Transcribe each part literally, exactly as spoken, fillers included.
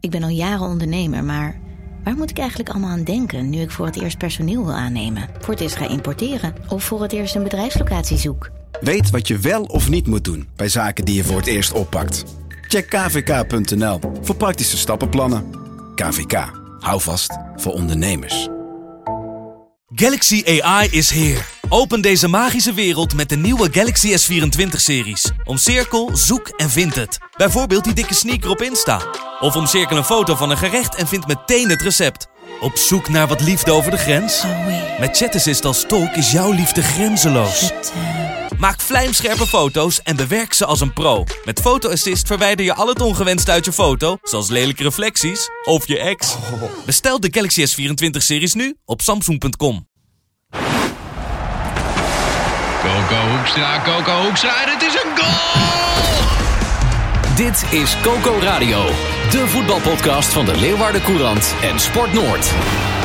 Ik ben al jaren ondernemer, maar waar moet ik eigenlijk allemaal aan denken nu ik voor het eerst personeel wil aannemen, voor het eerst ga importeren of voor het eerst een bedrijfslocatie zoek? Weet wat je wel of niet moet doen bij zaken die je voor het eerst oppakt. Check k v k punt n l voor praktische stappenplannen. K V K, hou vast voor ondernemers. Galaxy A I is here. Open deze magische wereld met de nieuwe Galaxy S vierentwintig-series. Omcirkel, zoek en vind het. Bijvoorbeeld die dikke sneaker op Insta. Of omcirkel een foto van een gerecht en vind meteen het recept. Op zoek naar wat liefde over de grens? Oh, oui. Met ChatAssist als tolk is jouw liefde grenzeloos. Shit, uh... Maak vlijmscherpe foto's en bewerk ze als een pro. Met Photo Assist verwijder je al het ongewenste uit je foto, zoals lelijke reflecties of je ex. Bestel de Galaxy S vierentwintig-series nu op samsung punt com. Coco Hoekstra, Coco Hoekstra, en het is een goal! Dit is Coco Radio, de voetbalpodcast van de Leeuwarden Courant en Sport Noord.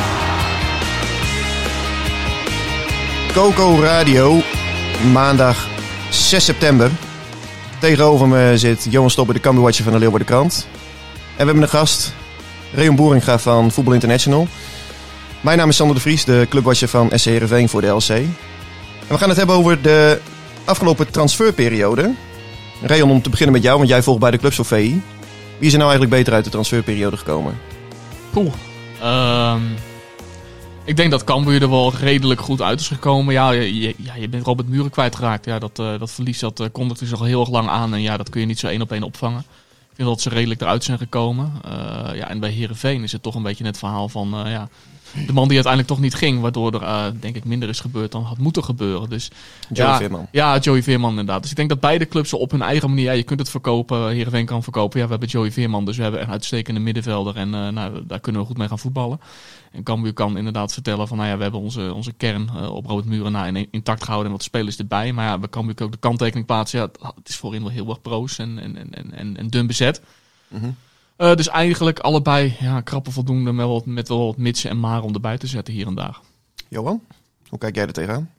Coco Radio, maandag zes september. Tegenover me zit Johan Stopper, de Cambuurwatcher van de Leeuwarden Krant. En we hebben een gast, Reon Boeringa van Voetbal International. Mijn naam is Sander de Vries, de clubwatcher van S C Heerenveen voor de L C. En we gaan het hebben over de afgelopen transferperiode. Reon, om te beginnen met jou, want jij volgt bij de clubs voor V I. Wie is er nou eigenlijk beter uit de transferperiode gekomen? Poeh. Um, ik denk dat Cambuur er wel redelijk goed uit is gekomen. Ja, je, ja, je bent Robert Muren kwijtgeraakt. Ja, dat, uh, dat verlies dat uh, kondigde zich al heel erg lang aan. En ja, dat kun je niet zo één op één opvangen. Ik vind dat ze redelijk eruit zijn gekomen. Uh, ja, en bij Heerenveen is het toch een beetje net verhaal van... Uh, ja, de man die uiteindelijk toch niet ging, waardoor er uh, denk ik minder is gebeurd dan had moeten gebeuren. Dus, Joey ja, Veerman. Ja, Joey Veerman inderdaad. Dus ik denk dat beide clubs op hun eigen manier, ja, je kunt het verkopen, Heerenveen kan verkopen. Ja, we hebben Joey Veerman, dus we hebben een uitstekende middenvelder en uh, nou, daar kunnen we goed mee gaan voetballen. En Cambuur kan inderdaad vertellen van, nou ja, we hebben onze, onze kern uh, op Robert Muren na intact gehouden en wat spelers erbij. Maar ja, we Cambuur ook de kanttekening plaatsen. Ja, het is voorin wel heel erg proos en, en, en, en, en dun bezet. Mm-hmm. Uh, dus eigenlijk allebei ja, krappen voldoende met, wat, met wel wat mitsen en maren om erbij te zetten hier en daar. Johan, hoe kijk jij er tegenaan?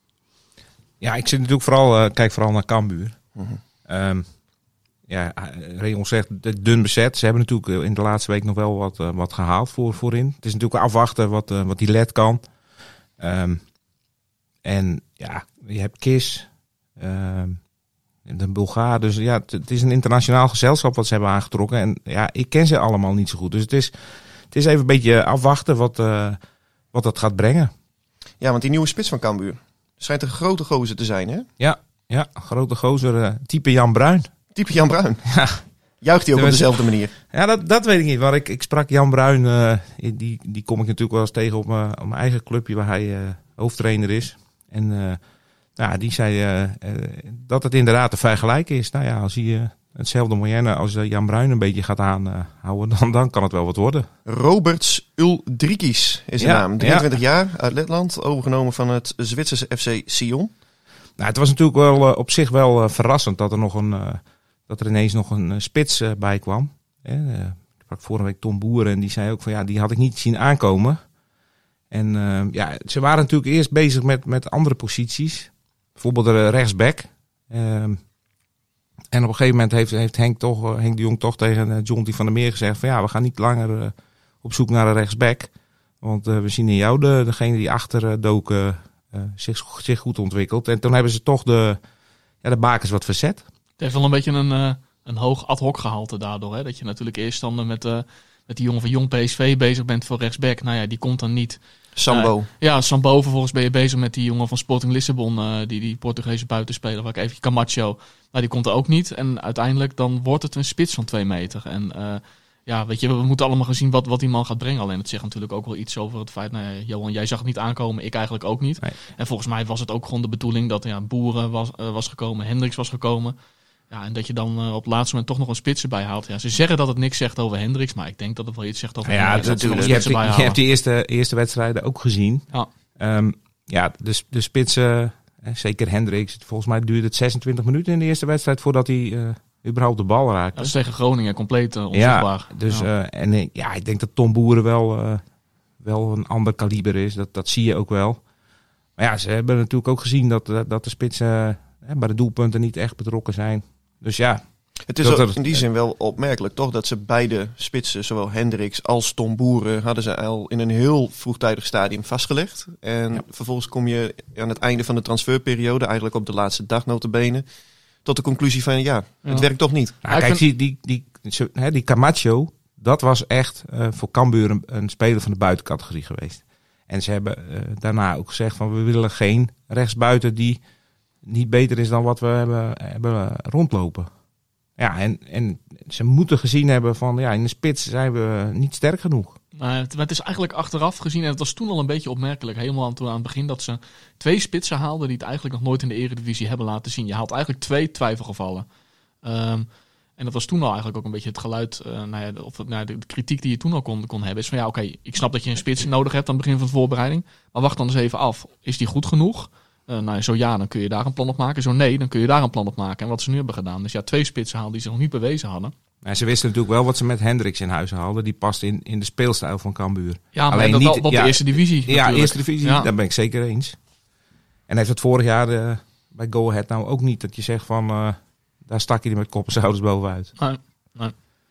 Ja, ik zit natuurlijk vooral, uh, kijk vooral naar Cambuur. Mm-hmm. Um, ja, Reon zegt dun bezet. Ze hebben natuurlijk in de laatste week nog wel wat, uh, wat gehaald voor, voorin. Het is natuurlijk afwachten wat, uh, wat die L E D kan. Um, en ja, je hebt Kis. Um, De Bulgaar, dus ja, het, het is een internationaal gezelschap wat ze hebben aangetrokken. En ja, ik ken ze allemaal niet zo goed. Dus het is, het is even een beetje afwachten wat, uh, wat dat gaat brengen. Ja, want die nieuwe spits van Cambuur schijnt een grote gozer te zijn, hè? Ja, ja grote gozer, uh, type Jan Bruin. Type Jan Bruin. Ja. Juicht hij ook op dezelfde manier? Ja, dat, dat weet ik niet. Maar ik, ik sprak Jan Bruin, uh, die, die kom ik natuurlijk wel eens tegen op mijn, op mijn eigen clubje waar hij uh, hoofdtrainer is. En... Uh, Nou, die zei uh, uh, dat het inderdaad een vergelijken is. Nou ja, als hij uh, hetzelfde moyenne als uh, Jan Bruin een beetje gaat aanhouden, uh, dan, dan kan het wel wat worden. Roberts Uldrikis is zijn ja, naam. drieëntwintig ja. jaar, uit Letland, overgenomen van het Zwitserse F C Sion. Nou, het was natuurlijk wel uh, op zich wel uh, verrassend dat er, nog een, uh, dat er ineens nog een uh, spits uh, bij kwam. Uh, ik sprak vorige week Tom Boeren en die zei ook van ja, die had ik niet zien aankomen. En uh, ja, ze waren natuurlijk eerst bezig met, met andere posities. Bijvoorbeeld de rechtsback. Um, en op een gegeven moment heeft, heeft Henk, toch, uh, Henk de Jong toch tegen uh, Jonty van der Meer gezegd van ja, we gaan niet langer uh, op zoek naar een rechtsback. Want uh, we zien in jou de, degene die achter uh, doken uh, zich, zich goed ontwikkelt. En toen hebben ze toch de, ja, de bakens wat verzet. Het heeft wel een beetje een, uh, een hoog ad hoc gehalte daardoor. Hè? Dat je natuurlijk eerst dan uh, met, uh, met die jongen van Jong P S V bezig bent voor rechtsback. Nou ja, die komt dan niet... Sambo. Uh, ja, Sambo. Vervolgens ben je bezig met die jongen van Sporting Lissabon. Uh, die, die Portugese buitenspeler. Waar ik even Camacho. Nou, die komt er ook niet. En uiteindelijk dan wordt het een spits van twee meter. En uh, ja, weet je, we moeten allemaal gaan zien wat, wat die man gaat brengen. Alleen het zegt natuurlijk ook wel iets over het feit... Nou ja, Johan, jij zag het niet aankomen. Ik eigenlijk ook niet. Nee. En volgens mij was het ook gewoon de bedoeling dat ja, Boeren was, uh, was gekomen. Hendricks was gekomen. Ja, en dat je dan uh, op het laatste moment toch nog een spits erbij haalt. Ja, ze zeggen dat het niks zegt over Hendricks, maar ik denk dat het wel iets zegt over ja, Hendricks. Dat, dat, je, hebt, je hebt die eerste, eerste wedstrijden ook gezien. Ja, um, ja de, de spitsen, eh, zeker Hendricks. Volgens mij duurde het zesentwintig minuten in de eerste wedstrijd voordat hij uh, überhaupt de bal raakte. Dat is tegen Groningen compleet uh, onzichtbaar. Ja, dus, ja. Uh, en ja, ik denk dat Tom Boeren wel, uh, wel een ander kaliber is. Dat, dat zie je ook wel. Maar ja, ze hebben natuurlijk ook gezien dat, dat de spitsen uh, bij de doelpunten niet echt betrokken zijn. Dus ja, Het is Dat ook er- in die zin wel opmerkelijk, toch? Dat ze beide spitsen, zowel Hendricks als Tom Boeren, hadden ze al in een heel vroegtijdig stadium vastgelegd. En Ja. vervolgens kom je aan het einde van de transferperiode, eigenlijk op de laatste dag nota bene, tot de conclusie van ja, het Ja. werkt toch niet. Nou, Ja, ik kijk, vind- die, die, die, zo- hè, die Camacho, dat was echt uh, voor Cambuur een, een speler van de buitencategorie geweest. En ze hebben uh, daarna ook gezegd van we willen geen rechtsbuiten die niet beter is dan wat we hebben, hebben rondlopen. Ja, en, en ze moeten gezien hebben van ja, in de spits zijn we niet sterk genoeg. Maar het, maar het is eigenlijk achteraf gezien, en het was toen al een beetje opmerkelijk, helemaal aan, toen aan het begin, dat ze twee spitsen haalden die het eigenlijk nog nooit in de Eredivisie hebben laten zien. Je haalt eigenlijk twee twijfelgevallen. Um, en dat was toen al eigenlijk ook een beetje het geluid, uh, nou ja, of nou ja, de, de kritiek die je toen al kon, kon hebben. Is van ja, oké, okay, ik snap dat je een spits nodig hebt aan het begin van de voorbereiding. Maar wacht dan eens even af. Is die goed genoeg? Uh, nou, zo ja, dan kun je daar een plan op maken. Zo nee, dan kun je daar een plan op maken. En wat ze nu hebben gedaan. Dus ja, twee spitsen halen die ze nog niet bewezen hadden. En ze wisten natuurlijk wel wat ze met Hendricks in huis haalden. Die past in, in de speelstijl van Cambuur. Ja, maar Alleen dat niet- wel op ja, de eerste divisie Ja, natuurlijk. eerste divisie, Ja. daar ben ik zeker eens. En heeft het vorig jaar uh, bij Go Ahead nou ook niet dat je zegt van uh, daar stak hij er met kop en schouders bovenuit. Nee, nee.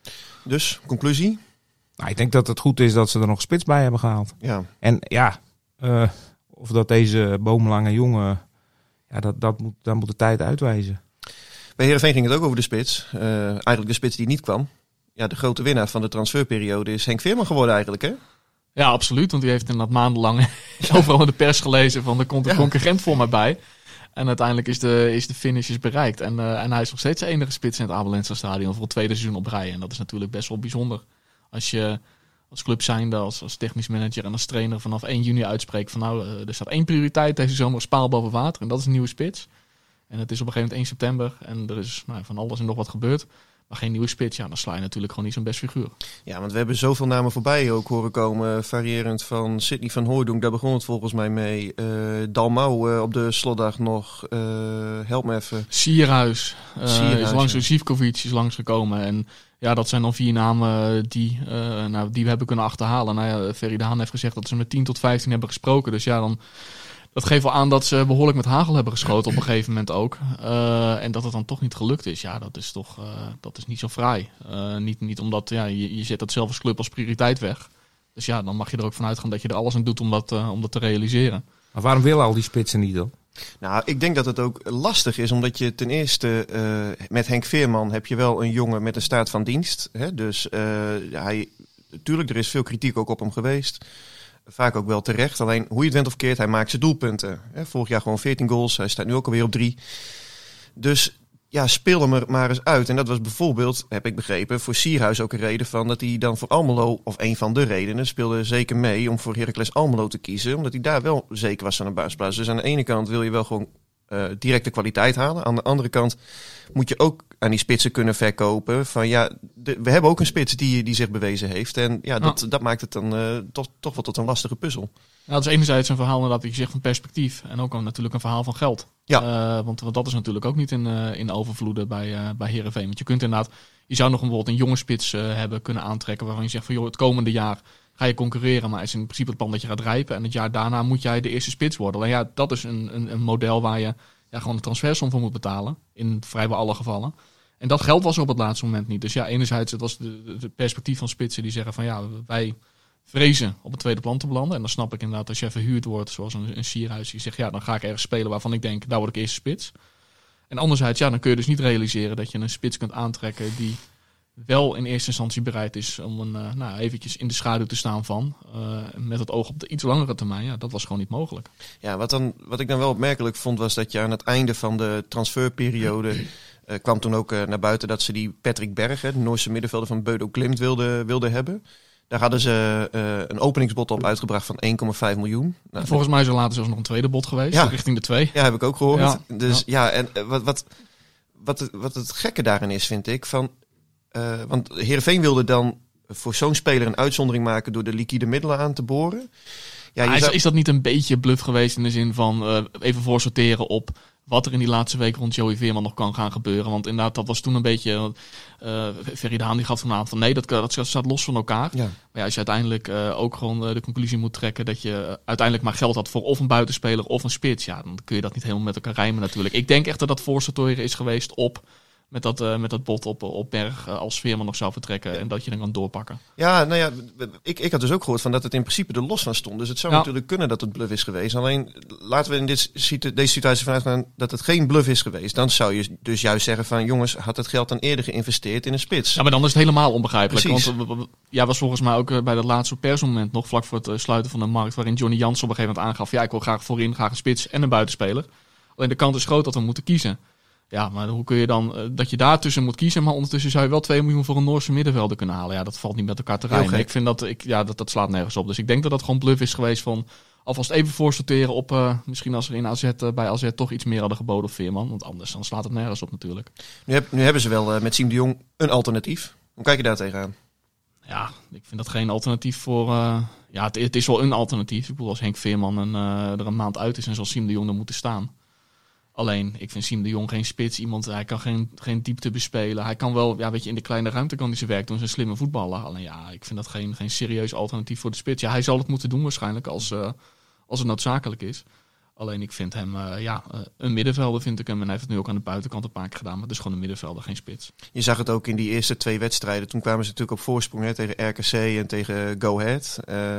Dus, conclusie? Nou, ik denk dat het goed is dat ze er nog spits bij hebben gehaald. Ja. En ja, uh, of dat deze boomlange jongen, ja, dat, dat moet, dat moet de tijd uitwijzen. Bij Heerenveen ging het ook over de spits. Uh, eigenlijk de spits die niet kwam. Ja, de grote winnaar van de transferperiode is Henk Veerman geworden eigenlijk, hè? Ja, absoluut. Want die heeft inderdaad maandenlang overal in de pers gelezen van er komt een Ja. concurrent voor mij bij. En uiteindelijk is de, is de finish is bereikt. En, uh, en hij is nog steeds de enige spits in het Abel Enstra Stadion voor het tweede seizoen op rij. En dat is natuurlijk best wel bijzonder. Als je als club zijnde, als, als technisch manager en als trainer vanaf één juni uitspreekt van nou, uh, er staat één prioriteit deze zomer, een spaal boven water. En dat is een nieuwe spits. En het is op een gegeven moment één september en er is nou, van alles en nog wat gebeurd. Maar geen nieuwe spits, ja, dan sla je natuurlijk gewoon niet zo'n best figuur. Ja, want we hebben zoveel namen voorbij ook horen komen. Variërend van Sidney van Hooijdonk, daar begon het volgens mij mee. Uh, Dalmau uh, op de slotdag nog. Uh, help me even. Sierhuis, uh, Sierhuis, is langs, ja. Zivkovic is langsgekomen. En ja, dat zijn dan vier namen die, uh, nou, die we hebben kunnen achterhalen. Nou ja, Ferry de Haan heeft gezegd dat ze met tien tot vijftien hebben gesproken. Dus ja, dan... Dat geeft wel aan dat ze behoorlijk met hagel hebben geschoten op een gegeven moment ook. Uh, en dat het dan toch niet gelukt is. Ja, dat is toch uh, dat is niet zo fraai. Uh, niet, niet omdat ja, je, je zet dat zelf als club als prioriteit weg. Dus ja, dan mag je er ook van uitgaan dat je er alles aan doet om dat, uh, om dat te realiseren. Maar waarom willen al die spitsen niet dan? Nou, ik denk dat het ook lastig is, omdat je ten eerste uh, met Henk Veerman heb je wel een jongen met een staat van dienst. Hè? Dus uh, hij, natuurlijk, er is veel kritiek ook op hem geweest. Vaak ook wel terecht. Alleen hoe je het went of keert, hij maakt zijn doelpunten. Hè? Vorig jaar gewoon veertien goals. Hij staat nu ook alweer op drie. Dus ja, speel hem er maar eens uit. En dat was bijvoorbeeld, heb ik begrepen, voor Sierhuis ook een reden van dat hij dan voor Almelo, of een van de redenen, speelde zeker mee om voor Heracles Almelo te kiezen. Omdat hij daar wel zeker was van een basisplaats. Dus aan de ene kant wil je wel gewoon uh, directe kwaliteit halen. Aan de andere kant moet je ook aan die spitsen kunnen verkopen. Van ja, de, we hebben ook een spits die, die zich bewezen heeft. En ja, dat, Ja. dat maakt het dan uh, toch, toch wel tot een lastige puzzel. Ja, dat is enerzijds een verhaal inderdaad, wat je zegt, van perspectief. En ook een, natuurlijk een verhaal van geld. Ja. Uh, want, want dat is natuurlijk ook niet in, uh, in overvloeden bij, uh, bij Heerenveen. Want je kunt inderdaad, je zou nog bijvoorbeeld een jonge spits uh, hebben kunnen aantrekken. Waarvan je zegt van joh, het komende jaar ga je concurreren. Maar is in principe het plan dat je gaat rijpen. En het jaar daarna moet jij de eerste spits worden. En ja, dat is een, een, een model waar je ja, gewoon een transfersom voor moet betalen. In vrijwel alle gevallen. En dat geld was er op het laatste moment niet. Dus ja, enerzijds, het was de, de perspectief van spitsen die zeggen van ja, wij vrezen op het tweede plan te belanden. En dan snap ik inderdaad als je verhuurd wordt, zoals een, een Sierhuis, die zegt ja, dan ga ik ergens spelen waarvan ik denk, daar word ik eerste spits. En anderzijds, ja, dan kun je dus niet realiseren dat je een spits kunt aantrekken die wel in eerste instantie bereid is om een, uh, nou, eventjes in de schaduw te staan van, uh, met het oog op de iets langere termijn. Ja, dat was gewoon niet mogelijk. Ja, wat, dan, wat ik dan wel opmerkelijk vond, was dat je aan het einde van de transferperiode uh, kwam toen ook uh, naar buiten dat ze die Patrick Berg, hè, de Noorse middenvelder van Bodo Glimt, wilde, wilde hebben. Daar hadden ze uh, een openingsbod op uitgebracht van één komma vijf miljoen. Nou, Volgens mij is er later zelfs nog een tweede bod geweest, Ja. richting de twee. Ja, heb ik ook gehoord. Ja, Dus ja, en uh, wat, wat, wat, het, wat het gekke daarin is, vind ik, van, uh, want Heerenveen wilde dan voor zo'n speler een uitzondering maken door de liquide middelen aan te boren. Ja, je Maar is, zou- is dat niet een beetje bluff geweest in de zin van uh, even voorsorteren op wat er in die laatste week rond Joey Veerman nog kan gaan gebeuren? Want inderdaad, dat was toen een beetje... Uh, Ferry de Haan die gaf toen aan van nee, dat, dat staat los van elkaar. Ja. Maar ja, als je uiteindelijk uh, ook gewoon uh, de conclusie moet trekken dat je uh, uiteindelijk maar geld had voor of een buitenspeler of een spits, ja, dan kun je dat niet helemaal met elkaar rijmen natuurlijk. Ik denk echt dat dat voorsorteren is geweest op met dat, uh, met dat bot op, op Berg uh, als Veerman nog zou vertrekken en dat je dan kan doorpakken. Ja, nou ja, ik, ik had dus ook gehoord van dat het in principe er los van stond. Dus het zou ja. natuurlijk kunnen dat het bluff is geweest. Alleen laten we in dit, deze situatie vanuit gaan dat het geen bluff is geweest. Dan zou je dus juist zeggen van jongens, had het geld dan eerder geïnvesteerd in een spits. Ja, maar dan is het helemaal onbegrijpelijk. Precies. Want ja, was volgens mij ook bij dat laatste persmoment nog vlak voor het uh, sluiten van de markt, waarin Johnny Jansen op een gegeven moment aangaf, ja, ik wil graag voorin, graag een spits en een buitenspeler. Alleen de kans is groot dat we moeten kiezen. Ja, maar hoe kun je dan, uh, dat je daartussen moet kiezen, maar ondertussen zou je wel twee miljoen voor een Noorse middenvelder kunnen halen. Ja, dat valt niet met elkaar te rijmen. Ik vind dat, ik, ja, dat, dat slaat nergens op. Dus ik denk dat dat gewoon bluff is geweest van alvast even voorsorteren op, uh, misschien als er in A Z, uh, bij A Z toch iets meer hadden geboden op Veerman. Want anders dan slaat het nergens op natuurlijk. Nu, heb, nu hebben ze wel uh, met Siem de Jong een alternatief. Hoe kijk je daar tegenaan? Ja, ik vind dat geen alternatief voor... Uh, ja, het, het is wel een alternatief. Ik bedoel, als Henk Veerman een, uh, er een maand uit is en zal Siem de Jong er moeten staan. Alleen, ik vind Siem de Jong geen spits. Iemand, hij kan geen, geen diepte bespelen. Hij kan wel, ja, weet je, in de kleine ruimte kan hij zijn werk doen. Zijn slimme voetballer. Alleen ja, ik vind dat geen, geen serieus alternatief voor de spits. Ja, hij zal het moeten doen waarschijnlijk als, uh, als het noodzakelijk is. Alleen ik vind hem, uh, ja, uh, een middenvelder vind ik hem. En hij heeft het nu ook aan de buitenkant een paar keer gedaan. Maar het is gewoon een middenvelder, geen spits. Je zag het ook in die eerste twee wedstrijden. Toen kwamen ze natuurlijk op voorsprong hè, tegen R K C en tegen Go Ahead.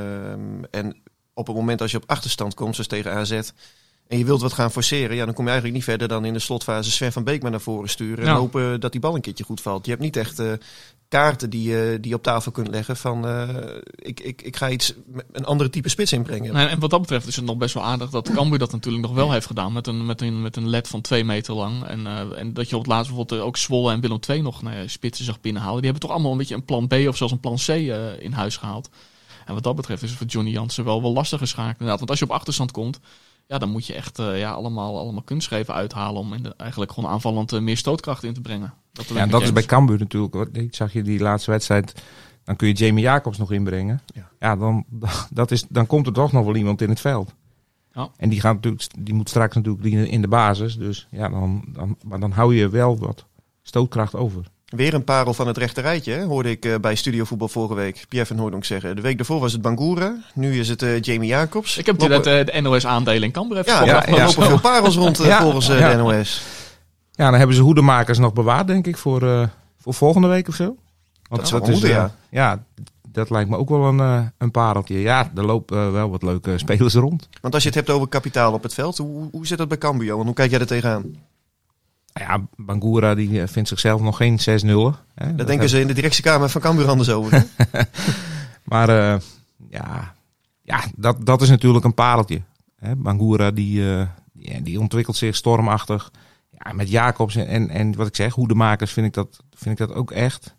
Um, en op het moment als je op achterstand komt, zoals tegen A Z... en je wilt wat gaan forceren, ja, dan kom je eigenlijk niet verder dan in de slotfase Sven van Beek maar naar voren sturen. En ja. hopen dat die bal een keertje goed valt. Je hebt niet echt uh, kaarten die, uh, die je op tafel kunt leggen van uh, ik, ik, ik ga iets, een andere type spits inbrengen. Nee, en wat dat betreft is het nog best wel aardig dat Cambuur dat natuurlijk nog wel heeft gedaan. Met een, met een, met een led van twee meter lang. En, uh, en dat je op het laatst bijvoorbeeld ook Zwolle en Willem twee nog nou ja, spitsen zag binnenhalen. Die hebben toch allemaal een beetje een plan B of zelfs een plan C uh, in huis gehaald. En wat dat betreft is het voor Johnny Jansen wel, wel lastig geschaakt. Inderdaad. Want als je op achterstand komt, ja, dan moet je echt uh, ja, allemaal, allemaal kunstgrepen uithalen om in de, eigenlijk gewoon aanvallend uh, meer stootkracht in te brengen. Dat ja, dat is bij Cambuur natuurlijk. Ik zag je die laatste wedstrijd, dan kun je Jamie Jacobs nog inbrengen. Ja, ja dan, dat is, dan komt er toch nog wel iemand in het veld. Ja. En die, gaat natuurlijk, die moet straks natuurlijk in de basis. Dus ja, dan, dan, maar dan hou je wel wat stootkracht over. Weer een parel van het rechterrijtje, hè? Hoorde ik uh, bij Studio Voetbal vorige week Pierre van Hooydonk zeggen. De week daarvoor was het Bangura, nu is het uh, Jamie Jacobs. Ik heb natuurlijk dat uh, de N O S-aandelen in Cambuur heeft ja, ja, ja, er lopen veel parels rond uh, ja, volgens uh, ja. de N O S. Ja, dan hebben ze hoedemakers nog bewaard, denk ik, voor, uh, voor volgende week of zo. Want dat zou moeten, ja. Ja, dat lijkt me ook wel een, uh, een pareltje. Ja, er lopen uh, wel wat leuke spelers rond. Want als je het hebt over kapitaal op het veld, hoe, hoe zit dat bij Cambuur, Johan? Hoe kijk jij er tegenaan? Ja, Bangura die vindt zichzelf nog geen zes nul. Daar dat denken heb... ze in de directiekamer van Cambuur anders over. maar uh, ja, ja dat, dat is natuurlijk een pareltje. Hè? Bangura die, uh, die, die ontwikkelt zich stormachtig. Ja, met Jacobs en, en, en wat ik zeg, hoedemakers vind ik dat, vind ik dat ook echt.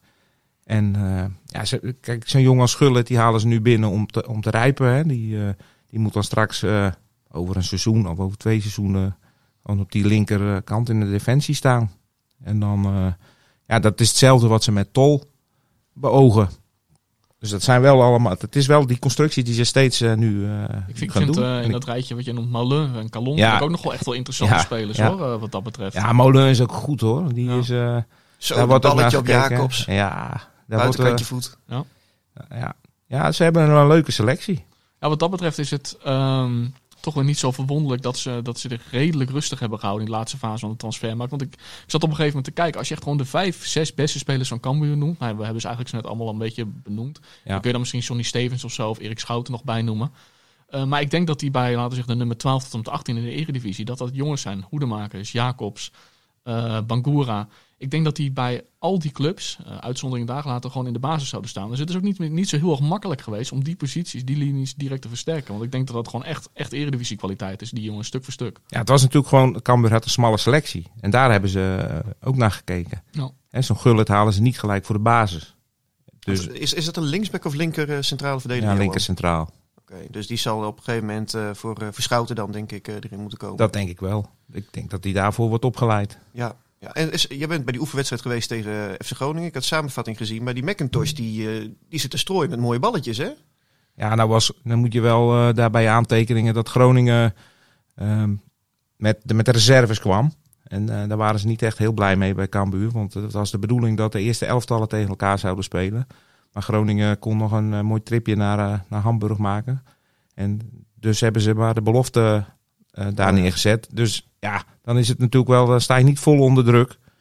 En uh, ja, ze, kijk, zo'n jongen als Gullit, die halen ze nu binnen om te, om te rijpen. Hè? Die, uh, die moet dan straks uh, over een seizoen of over twee seizoenen op die linkerkant in de defensie staan. En dan, uh, ja, dat is hetzelfde wat ze met Tol beogen. Dus dat zijn wel allemaal, het is wel die constructie die ze steeds uh, nu uh, ik vind, gaan ik vind, doen. Uh, in en dat ik... rijtje wat je noemt, Malin en Calon, ja, vind ik ook nog wel echt wel interessante ja, spelers ja. hoor, uh, wat dat betreft. Ja, Malin is ook goed hoor. Die ja. is, uh, Zo, daar wordt balletje op Jacobs. Ja, buitenkantje voet. Ja. Ja. ja, ze hebben een leuke selectie. Ja, wat dat betreft is het um, toch wel niet zo verwonderlijk dat ze, dat ze zich redelijk rustig hebben gehouden in de laatste fase van de transfermarkt. Want ik, ik zat op een gegeven moment te kijken, als je echt gewoon de vijf, zes beste spelers van Cambuur noemt, nou, we hebben ze eigenlijk zo net allemaal een beetje benoemd. Ja. Dan kun je dan misschien Johnny Stevens of zo of Erik Schouten nog bij noemen. Uh, maar ik denk dat die bij, laten we zeggen, de nummer twaalf tot en met achttien in de Eredivisie, dat dat jongens zijn, Hoedemakers, Jacobs, uh, Bangura. Ik denk dat die bij al die clubs, uh, uitzondering dagen later, gewoon in de basis zouden staan. Dus het is ook niet, niet zo heel erg makkelijk geweest om die posities, die linies direct te versterken. Want ik denk dat dat gewoon echt, echt Eredivisie kwaliteit is, die jongens stuk voor stuk. Ja, het was natuurlijk gewoon, Cambuur had een smalle selectie. En daar hebben ze uh, ook naar gekeken. Ja. En zo'n Gullit halen ze niet gelijk voor de basis. Dus, is, is dat een linksback of linker uh, centrale verdediger? Ja, linker centraal. Oké, okay, dus die zal op een gegeven moment uh, voor uh, Verschouten dan denk ik uh, erin moeten komen. Dat denk ik wel. Ik denk dat die daarvoor wordt opgeleid. Ja. Ja, en is, jij bent bij die oefenwedstrijd geweest tegen F C Groningen. Ik had samenvatting gezien. Maar die McIntosh die, uh, die zit te strooien met mooie balletjes, hè? Ja, nou was, dan moet je wel uh, daarbij aantekenen dat Groningen uh, met, de, met de reserves kwam. En uh, daar waren ze niet echt heel blij mee bij Cambuur. Want het was de bedoeling dat de eerste elftallen tegen elkaar zouden spelen. Maar Groningen kon nog een uh, mooi tripje naar, uh, naar Hamburg maken. En dus hebben ze maar de belofte uh, daar neergezet. Dus ja, dan is het natuurlijk wel, dan sta je niet vol onder druk.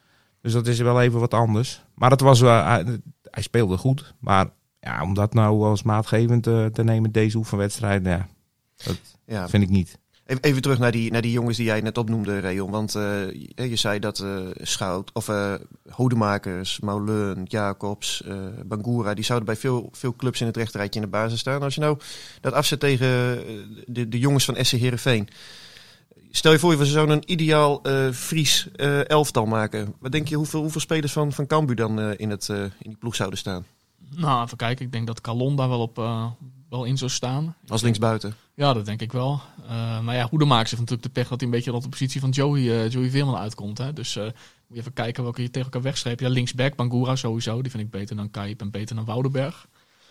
Dus dat is wel even wat anders. Maar het was, uh, hij, hij speelde goed. Maar ja, om dat nou als maatgevend uh, te nemen, deze oefenwedstrijd, ja, dat ja. vind ik niet. Even, even terug naar die, naar die jongens die jij net opnoemde, Reon. Want uh, je zei dat uh, Schout, of uh, Hodemakers, Mauleun, Jacobs, uh, Bangura, die zouden bij veel, veel clubs in het rechterrijtje in de basis staan. Als je nou dat afzet tegen de, de jongens van S C Heerenveen. Stel je voor, we zouden een ideaal uh, Fries uh, elftal maken. Wat denk je, hoeveel, hoeveel spelers van, van Cambuur dan uh, in, het, uh, in die ploeg zouden staan? Nou, even kijken. Ik denk dat Calon daar wel, op, uh, wel in zou staan. Als linksbuiten? Ja, dat denk ik wel. Uh, maar ja, Hoedemakers heeft natuurlijk de pech dat hij een beetje op de positie van Joey, uh, Joey Veerman uitkomt. Hè? Dus uh, moet je even kijken welke je tegen elkaar wegstreept. Ja, linksback, Bangura sowieso. Die vind ik beter dan Kaip en beter dan Woudenberg.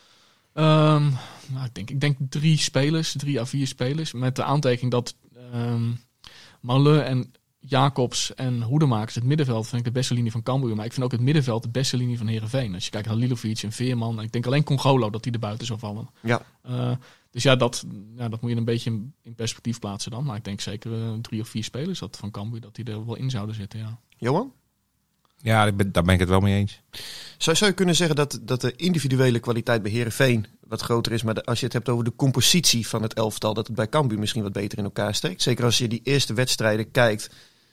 Um, nou, ik, denk, ik denk drie spelers, drie à vier spelers. Met de aantekening dat um, Maleu en Jacobs en Hoedemakers, het middenveld, vind ik de beste linie van Cambuur. Maar ik vind ook het middenveld de beste linie van Heerenveen. Als je kijkt naar Lilovic en Veerman. En ik denk alleen Congolo dat die er buiten zou vallen. Ja. Uh, dus ja dat, ja, dat moet je een beetje in, in perspectief plaatsen dan. Maar ik denk zeker uh, drie of vier spelers dat van Cambuur dat die er wel in zouden zitten. Ja. Johan? Ja, daar ben ik het wel mee eens. Zou, zou je kunnen zeggen dat, dat de individuele kwaliteit bij Heerenveen wat groter is, maar de, als je het hebt over de compositie van het elftal, dat het bij Cambuur misschien wat beter in elkaar steekt? Zeker als je die eerste wedstrijden kijkt,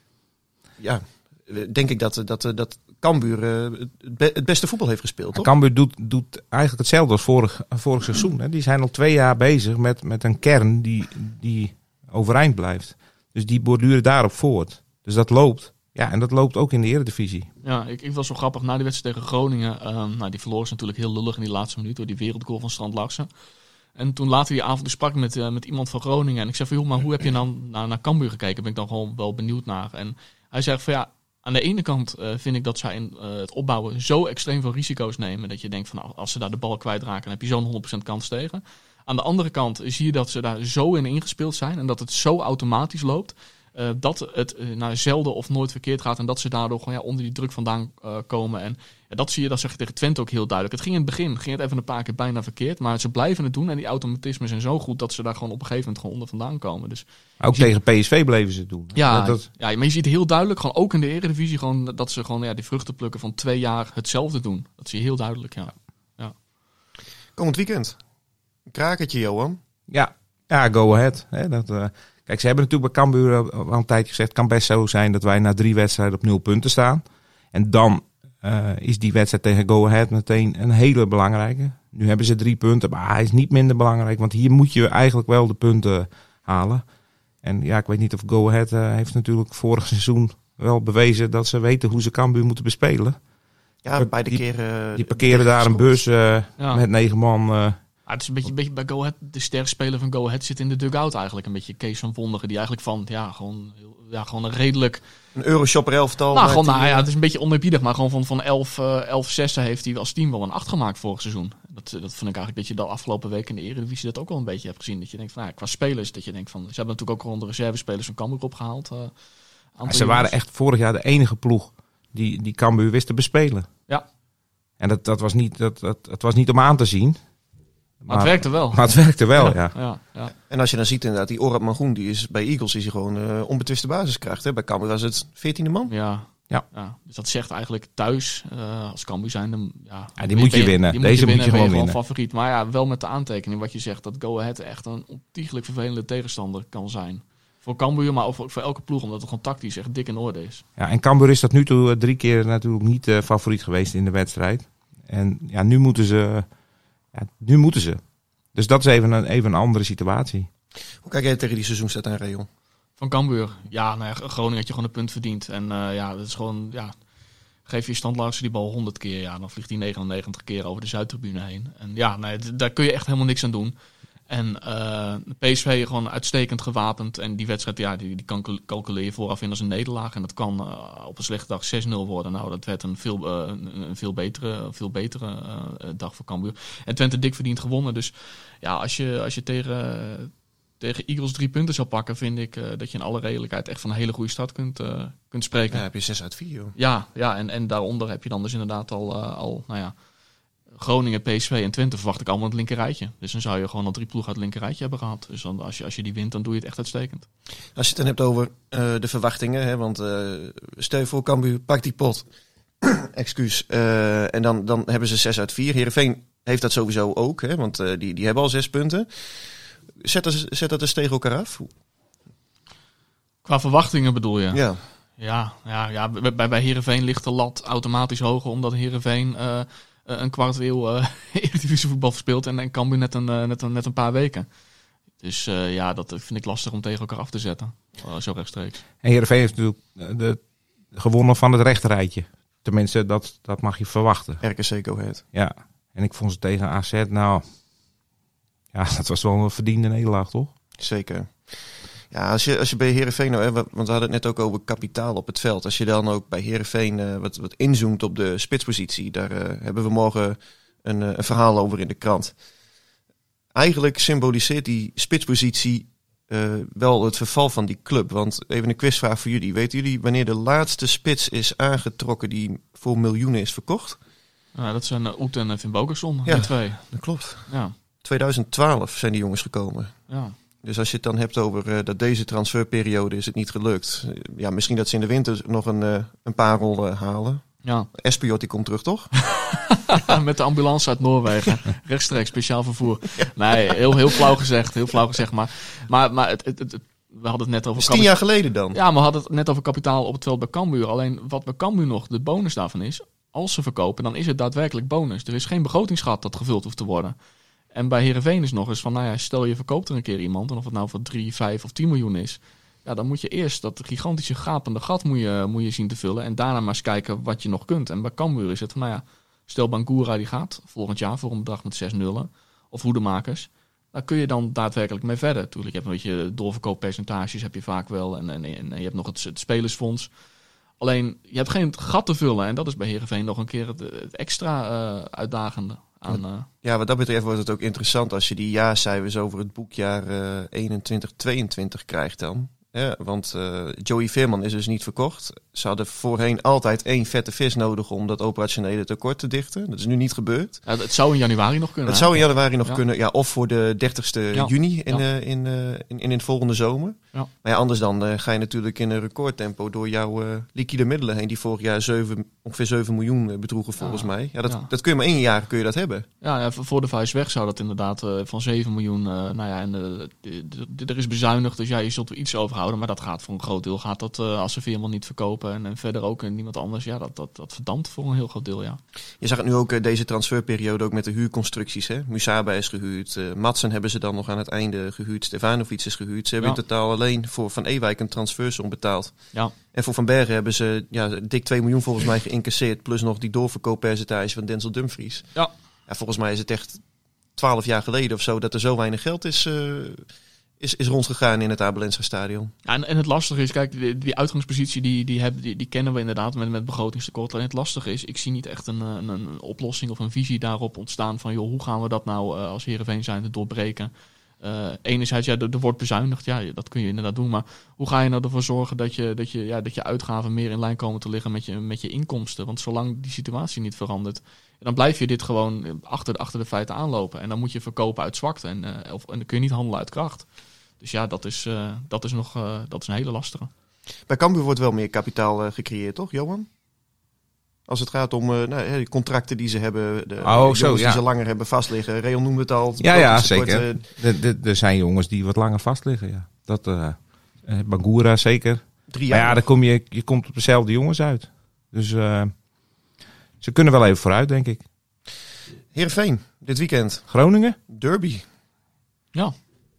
ja, denk ik dat, dat, dat Cambuur uh, het, be, het beste voetbal heeft gespeeld, toch? Cambuur doet, doet eigenlijk hetzelfde als vorig, vorig seizoen. Hè. Die zijn al twee jaar bezig met, met een kern die, die overeind blijft. Dus die borduren daarop voort. Dus dat loopt. Ja, en dat loopt ook in de Eredivisie. Ja, ik, ik was zo grappig. Na die wedstrijd tegen Groningen, um, nou, die verloren ze natuurlijk heel lullig in die laatste minuut door die wereldgoal van Strand Larsen. En toen later die avond sprak ik met, uh, met iemand van Groningen. En ik zei van, joh, maar hoe heb je dan naar, naar Cambuur gekeken? Ben ik dan gewoon wel benieuwd naar. En hij zei van, ja, aan de ene kant uh, vind ik dat zij in uh, het opbouwen zo extreem veel risico's nemen. Dat je denkt van, nou, als ze daar de bal kwijtraken, dan heb je zo'n honderd procent kans tegen. Aan de andere kant zie je dat ze daar zo in ingespeeld zijn en dat het zo automatisch loopt. Uh, dat het uh, nou, zelden of nooit verkeerd gaat en dat ze daardoor gewoon ja, onder die druk vandaan uh, komen. En ja, dat zie je, dat zeg je tegen Twente ook heel duidelijk. Het ging in het begin, ging het even een paar keer bijna verkeerd, maar ze blijven het doen en die automatismen zijn zo goed dat ze daar gewoon op een gegeven moment gewoon onder vandaan komen. Dus ook tegen P S V bleven ze het doen. Ja, dat, dat... ja, maar je ziet heel duidelijk, gewoon ook in de Eredivisie, gewoon dat ze gewoon ja, die vruchten plukken van twee jaar hetzelfde doen. Dat zie je heel duidelijk, ja. ja. Komend weekend. Een krakertje, Johan. Ja, ja, go ahead. Hè, dat... Uh... Kijk, ze hebben natuurlijk bij Cambuur al een tijdje gezegd, het kan best zo zijn dat wij na drie wedstrijden op nul punten staan. En dan uh, is die wedstrijd tegen Go Ahead meteen een hele belangrijke. Nu hebben ze drie punten, maar hij is niet minder belangrijk, want hier moet je eigenlijk wel de punten halen. En ja, ik weet niet of Go Ahead uh, heeft natuurlijk vorig seizoen wel bewezen dat ze weten hoe ze Cambuur moeten bespelen. Ja, beide die, keren. Uh, die parkeren daar een bus uh, ja. met negen man. Uh, Ah, het is een beetje, een beetje bij Go Ahead, de sterspeler van Go Ahead zit in de dugout eigenlijk. Een beetje Kees van Vonderen, die eigenlijk van, ja, gewoon, ja, gewoon een redelijk... Een Euroshopper elftal. Nou, gewoon, nou ja, het is een beetje oneerbiedig, maar gewoon van, van elf, uh, elf zessen heeft hij als team wel een acht gemaakt vorig seizoen. Dat, dat vind ik eigenlijk dat je de afgelopen week in de Eredivisie dat ook wel een beetje hebt gezien. Dat je denkt van, nou, qua spelers, dat je denkt van, ze hebben natuurlijk ook gewoon de reservespelers van Cambuur opgehaald. Uh, ja, ze waren echt vorig jaar de enige ploeg die, die Cambuur wist te bespelen. Ja. En dat, dat was niet, dat, dat, het was niet om aan te zien. Maar, maar het werkte wel. Maar het werkte wel, ja. ja. ja, ja. En als je dan ziet inderdaad, die Orad Mangoen, die is bij Eagles is hij gewoon uh, onbetwiste basiskracht. Hè? Bij Cambuur was het veertiende man. Ja. Ja. ja. Dus dat zegt eigenlijk thuis, uh, als Cambuur zijn, dan, ja, ja, die moet je winnen. Die Deze moet je moet je gewoon winnen. Gewoon favoriet. Maar ja, wel met de aantekening wat je zegt, dat Go Ahead echt een ontiegelijk vervelende tegenstander kan zijn. Voor Cambuur, maar ook voor, voor elke ploeg, omdat het gewoon tactisch echt dik in orde is. Ja, en Cambuur is tot nu toe drie keer natuurlijk niet uh, favoriet geweest in de wedstrijd. En ja, nu moeten ze... Ja, nu moeten ze. Dus dat is even een, even een andere situatie. Hoe kijk jij tegen die seizoenstart aan, Reon? Van Cambuur? Ja, nou ja, Groningen had je gewoon een punt verdiend. En uh, ja, dat is gewoon... Ja, geef je Strand Larsen die bal honderd keer, ja, dan vliegt hij negenennegentig keer over de Zuidtribune heen. En ja, nee, d- daar kun je echt helemaal niks aan doen. En uh, P S V gewoon uitstekend gewapend. En die wedstrijd, ja, die, die calculeer je vooraf in als een nederlaag. En dat kan uh, op een slechte dag zes nul worden. Nou, dat werd een veel, uh, een veel betere, veel betere uh, dag voor Cambuur. En Twente dik verdiend gewonnen. Dus ja, als je, als je tegen, uh, tegen Eagles drie punten zou pakken, vind ik uh, dat je in alle redelijkheid echt van een hele goede start kunt, uh, kunt spreken. Ja, heb je zes uit vier, joh. Ja, ja en, en daaronder heb je dan dus inderdaad al, uh, al nou ja... Groningen, P S V en Twente verwacht ik allemaal het linkerrijtje. Dus dan zou je gewoon al drie ploegen uit het linkerrijtje hebben gehad. Dus dan, als, je, als je die wint, dan doe je het echt uitstekend. Als je het dan hebt over uh, de verwachtingen. Hè, want uh, stel je voor, Cambuur pakt die pot. Excuus. Uh, en dan, dan hebben ze zes uit vier. Heerenveen heeft dat sowieso ook, hè, want uh, die, die hebben al zes punten. Zet dat, zet dat eens tegen elkaar af. Qua verwachtingen bedoel je? Ja. Ja, ja, ja bij, bij Heerenveen ligt de lat automatisch hoger, omdat Heerenveen uh, een kwart eeuw uh, Eredivisie voetbal verspeelt en, en Cambuur net een, uh, net, een, net een paar weken. Dus uh, ja, dat vind ik lastig om tegen elkaar af te zetten. Uh, zo rechtstreeks. En Heerenveen heeft natuurlijk de, gewonnen van het rechterrijtje. Tenminste, dat, dat mag je verwachten. R K C Go Ahead. Ja, en ik vond ze tegen A Z, nou... Ja, dat was wel een verdiende nederlaag, toch? Zeker. Ja, als je, als je bij Heerenveen... Nou, hè, want we hadden het net ook over kapitaal op het veld. Als je dan ook bij Heerenveen uh, wat, wat inzoomt op de spitspositie... daar uh, hebben we morgen een, uh, een verhaal over in de krant. Eigenlijk symboliseert die spitspositie uh, wel het verval van die club. Want even een quizvraag voor jullie. Weten jullie wanneer de laatste spits is aangetrokken die voor miljoenen is verkocht? Ja, dat zijn uh, Oet en uh, Finn Bokerson, ja, die twee. Dat klopt. Ja. tweeduizend twaalf zijn die jongens gekomen. Ja. Dus als je het dan hebt over uh, dat deze transferperiode is het niet gelukt. Uh, ja, misschien dat ze in de winter nog een, uh, een parel uh, halen. Ja. Espiot die komt terug, toch? Met de ambulance uit Noorwegen. Rechtstreeks, speciaal vervoer. Nee, heel, heel flauw gezegd. Heel flauw gezegd. Maar, maar, maar het, het, het, we hadden het net over... Dat is tien jaar geleden dan. Ja, maar we hadden het net over kapitaal op het veld bij Cambuur. Alleen wat bij Cambuur nog de bonus daarvan is... als ze verkopen, dan is het daadwerkelijk bonus. Er is geen begrotingsgat dat gevuld hoeft te worden. En bij Heerenveen is nog eens van... nou ja, stel je verkoopt er een keer iemand... en of het nou voor drie, vijf of tien miljoen is... ja, dan moet je eerst dat gigantische gapende gat moet je, moet je zien te vullen... en daarna maar eens kijken wat je nog kunt. En bij Cambuur is het van, nou ja... stel Bangura die gaat volgend jaar voor een bedrag met zes nullen... of Hoedemakers... daar kun je dan daadwerkelijk mee verder. Natuurlijk, je hebt een beetje doorverkooppercentages heb je vaak wel... en, en, en je hebt nog het, het spelersfonds... Alleen, je hebt geen gat te vullen. En dat is bij Heerenveen nog een keer het, het extra uh, uitdagende. Aan, uh... Ja, wat dat betreft wordt het ook interessant als je die jaarcijfers over het boekjaar uh, eenentwintig tweeëntwintig krijgt dan. Ja, want uh, Joey Veerman is dus niet verkocht. Ze hadden voorheen altijd één vette vis nodig om dat operationele tekort te dichten. Dat is nu niet gebeurd. Ja, het zou in januari nog kunnen. Het hè? zou in januari nog ja. kunnen. Ja, of voor de dertigste Ja. juni in, Ja. uh, in, uh, in, in, in het volgende zomer. Ja. Maar ja, anders dan uh, ga je natuurlijk in een recordtempo door jouw uh, liquide middelen heen. Die vorig jaar zeven, ongeveer zeven miljoen uh, bedroegen volgens Ja. mij. Ja, dat, Ja. dat kun je maar één jaar kun je dat hebben. Ja, ja, voor de vuist weg zou dat inderdaad uh, van zeven miljoen... Uh, nou ja, en uh, de, de, de, er is bezuinigd, dus ja, je zult er iets overhouden. Maar dat gaat voor een groot deel, gaat dat uh, als ze Veerman niet verkopen... en, en verder ook en niemand anders, ja, dat, dat, dat verdampt voor een heel groot deel, ja. Je zag het nu ook uh, deze transferperiode ook met de huurconstructies. Hè? Musaba is gehuurd, uh, Madsen hebben ze dan nog aan het einde gehuurd, Stefanovic is gehuurd. Ze hebben Ja. in totaal alleen voor Van Ewijk een transfersom betaald. Ja. En voor Van Bergen hebben ze ja, dik twee miljoen volgens mij geïncasseerd. Plus nog die doorverkooppercentage van Denzel Dumfries. Ja. Ja, volgens mij is het echt twaalf jaar geleden of zo dat er zo weinig geld is, uh, is, is rondgegaan in het Abelensa stadion. Ja, en, en het lastige is, kijk, die, die uitgangspositie die, die, hebben, die, die kennen we inderdaad met, met begrotingstekort. En het lastige is, ik zie niet echt een, een, een oplossing of een visie daarop ontstaan van, joh, hoe gaan we dat nou uh, als Heerenveen zijn te doorbreken? Uh, enerzijds, ja, er, er wordt bezuinigd, ja, dat kun je inderdaad doen. Maar hoe ga je nou ervoor zorgen dat je, dat je, ja, dat je uitgaven meer in lijn komen te liggen met je, met je inkomsten? Want zolang die situatie niet verandert, dan blijf je dit gewoon achter, achter de feiten aanlopen. En dan moet je verkopen uit zwakte en, uh, of, en dan kun je niet handelen uit kracht. Dus ja, dat is, uh, dat is nog uh, dat is een hele lastige. Bij Cambuur wordt wel meer kapitaal uh, gecreëerd, toch, Johan? Als het gaat om uh, nou, de contracten die ze hebben, de Oh, jongens zo, die ja. ze langer hebben vastliggen. Rayon noemde het al. het Ja, ja, begrotingstekort, zeker. uh, Er- er- Er zijn jongens die wat langer vast liggen, ja. Dat, uh, uh, Bangura zeker. Drie Maar jaar. ja, dan kom je, je komt op dezelfde jongens uit. Dus uh, ze kunnen wel even vooruit, denk ik. Heerenveen, dit weekend. Groningen? Derby. Ja.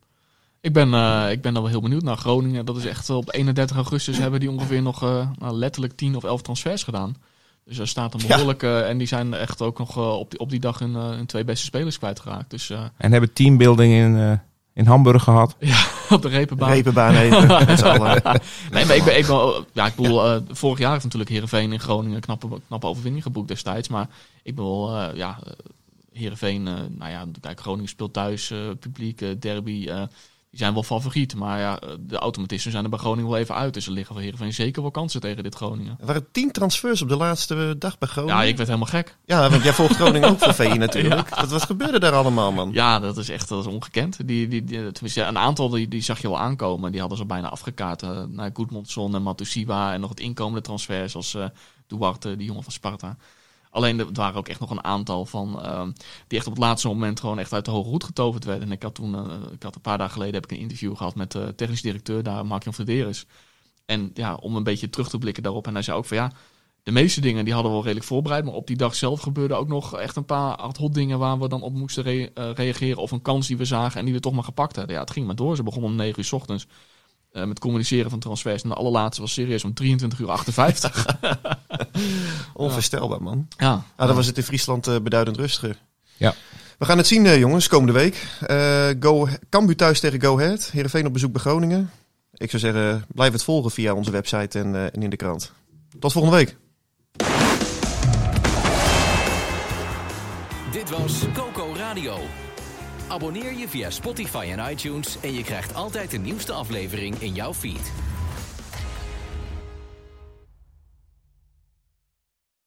Ik ben, uh, ik ben dan wel heel benieuwd naar Groningen. Dat is echt uh, op eenendertig augustus hebben die ongeveer nog uh, nou, letterlijk tien of elf transfers gedaan. Dus er staat een behoorlijke... Uh, en die zijn echt ook nog uh, op, die, op die dag hun, uh, hun twee beste spelers kwijtgeraakt. Dus uh, En hebben teambuilding in, uh, in Hamburg gehad. ja, op de repenbaan. Repenbaan even. met z'n allen. Nee, maar ik ben, ik ben, ja, ik bedoel, uh, vorig jaar heeft natuurlijk Heerenveen in Groningen een knappe, knappe overwinning geboekt destijds. Maar ik bedoel, uh, ja, Heerenveen, uh, nou ja, kijk, Groningen speelt thuis, uh, publiek, uh, derby. Uh, die zijn wel favoriet. Maar ja, de automatismen zijn er bij Groningen wel even uit. Dus er liggen voor Heerenveen zeker wel kansen tegen dit Groningen. Er waren tien transfers op de laatste dag bij Groningen. Ja, ik werd helemaal gek. Ja, want jij volgt Groningen ook voor V I natuurlijk. Ja. Wat, wat gebeurde daar allemaal, man? Ja, dat is echt dat is ongekend. Die, die, die, tenminste, een aantal die, die zag je wel aankomen. Die hadden ze bijna afgekaart. Uh, naar Goedmondson en Matusiwa en nog het inkomende transfers als uh, Duarte, die jongen van Sparta. Alleen er waren ook echt nog een aantal van uh, die echt op het laatste moment gewoon echt uit de hoge hoed getoverd werden. En ik had toen, uh, ik had een paar dagen geleden heb ik een interview gehad met de uh, technisch directeur daar, Mark-Jan Flederis. En ja, om een beetje terug te blikken daarop. En hij zei ook van ja, de meeste dingen die hadden we wel redelijk voorbereid. Maar op die dag zelf gebeurde ook nog echt een paar ad-hoc dingen waar we dan op moesten re- uh, reageren. Of een kans die we zagen en die we toch maar gepakt hadden. Ja, het ging maar door. Ze begonnen om negen uur 's ochtends. Uh, met communiceren van transfers. En de allerlaatste was serieus om drieëntwintig uur achtenvijftig. Onvoorstelbaar, man. Ja. Ah, dan was het in Friesland uh, beduidend rustiger. Ja. We gaan het zien, uh, jongens, komende week. Uh, Go, Cambuur thuis tegen Go Ahead. Heerenveen op bezoek bij Groningen. Ik zou zeggen, blijf het volgen via onze website en, uh, en in de krant. Tot volgende week. Dit was Coco Radio. Abonneer je via Spotify en iTunes en je krijgt altijd de nieuwste aflevering in jouw feed.